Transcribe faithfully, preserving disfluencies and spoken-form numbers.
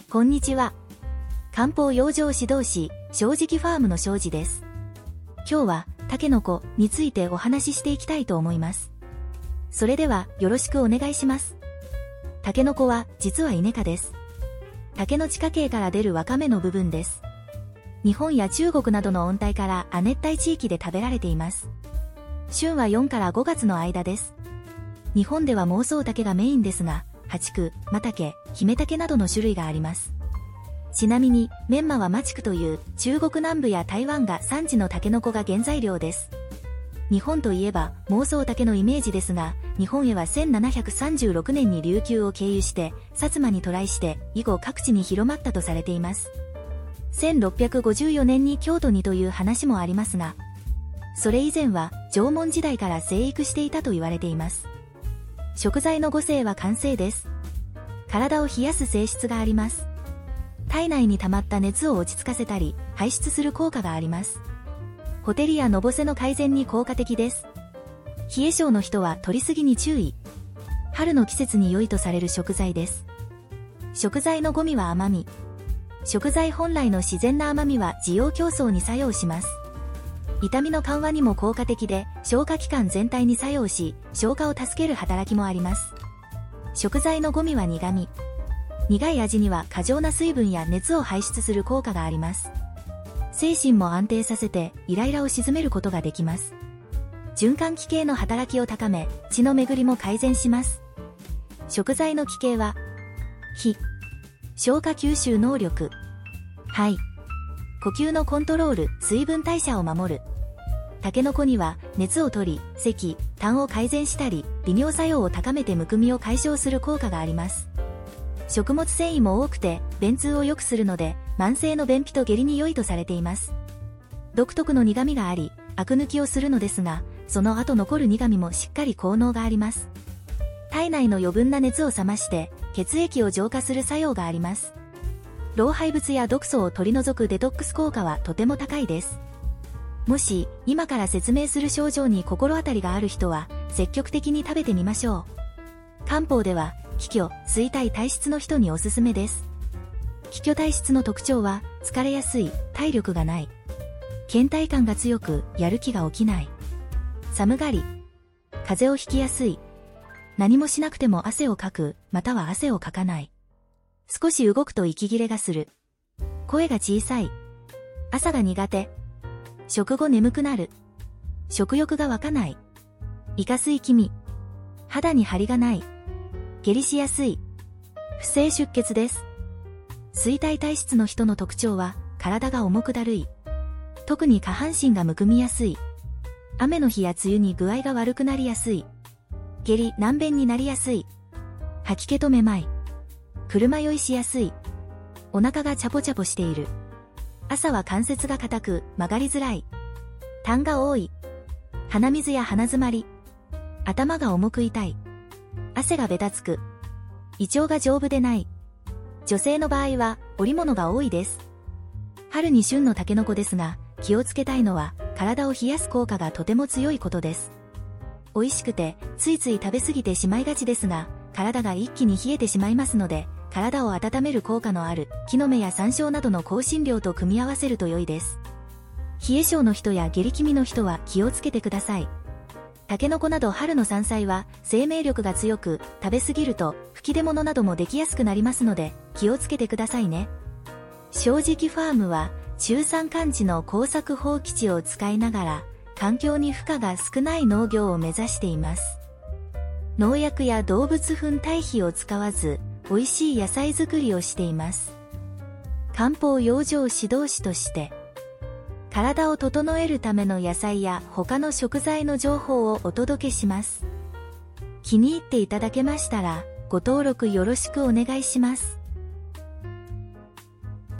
こんにちは。漢方養生指導士、正直ファームの庄司です。今日は、タケノコについてお話ししていきたいと思います。それでは、よろしくお願いします。タケノコは、実はイネ科です。竹の地下茎から出るワカメの部分です。日本や中国などの温帯から亜熱帯地域で食べられています。旬はよっかからごがつの間です。日本ではモウソウタケがメインですが、ハチク、マタケ、ヒメタケなどの種類があります。ちなみに、メンマはマチクという中国南部や台湾が産地のタケノコが原材料です。日本といえば、モウソウタケのイメージですが、日本へはせんななひゃくさんじゅうろくねんに琉球を経由して、薩摩に渡来して、以後各地に広まったとされています。せんろっぴゃくごじゅうよねんに京都にという話もありますが、それ以前は縄文時代から生育していたと言われています。食材の五性は寒性です。体を冷やす性質があります。体内に溜まった熱を落ち着かせたり、排出する効果があります。ほてりやのぼせの改善に効果的です。冷え性の人は摂りすぎに注意。春の季節に良いとされる食材です。食材の五味は甘み。食材本来の自然な甘みは滋養強壮に作用します。痛みの緩和にも効果的で、消化器官全体に作用し、消化を助ける働きもあります。食材の五味は苦味。苦い味には過剰な水分や熱を排出する効果があります。精神も安定させて、イライラを鎮めることができます。循環器系の働きを高め、血の巡りも改善します。食材の気系は、火。消化吸収能力。肺。呼吸のコントロール、水分代謝を守る。タケノコには熱を取り、咳、痰を改善したり、利尿作用を高めてむくみを解消する効果があります。食物繊維も多くて、便通を良くするので、慢性の便秘と下痢に良いとされています。独特の苦味があり、アク抜きをするのですが、その後残る苦味もしっかり効能があります。体内の余分な熱を冷まして、血液を浄化する作用があります。老廃物や毒素を取り除くデトックス効果はとても高いです。もし、今から説明する症状に心当たりがある人は、積極的に食べてみましょう。漢方では、気虚、衰体体質の人におすすめです。気虚体質の特徴は、疲れやすい、体力がない。倦怠感が強く、やる気が起きない。寒がり。風邪をひきやすい。何もしなくても汗をかく、または汗をかかない。少し動くと息切れがする。声が小さい。朝が苦手。食後眠くなる。食欲が湧かない。イカ水気味。肌に張りがない。下痢しやすい。不正出血です。衰体体質の人の特徴は、体が重くだるい。特に下半身がむくみやすい。雨の日や梅雨に具合が悪くなりやすい。下痢、軟便になりやすい。吐き気とめまい。車酔いしやすい。お腹がチャポチャポしている。朝は関節が硬く曲がりづらい。痰が多い。鼻水や鼻詰まり。頭が重く痛い。汗がべたつく。胃腸が丈夫でない。女性の場合は織物が多いです。春に旬のタケノコですが、気をつけたいのは体を冷やす効果がとても強いことです。美味しくてついつい食べ過ぎてしまいがちですが、体が一気に冷えてしまいますので、体を温める効果のある木の芽や山椒などの香辛料と組み合わせると良いです。冷え性の人や下痢気味の人は気をつけてください。タケノコなど春の山菜は生命力が強く、食べ過ぎると吹き出物などもできやすくなりますので、気をつけてくださいね。正直ファームは中山間地の耕作放棄地を使いながら、環境に負荷が少ない農業を目指しています。農薬や動物粉堆肥を使わず、美味しい野菜作りをしています。漢方養生指導士として、体を整えるための野菜や他の食材の情報をお届けします。気に入っていただけましたら、ご登録よろしくお願いします。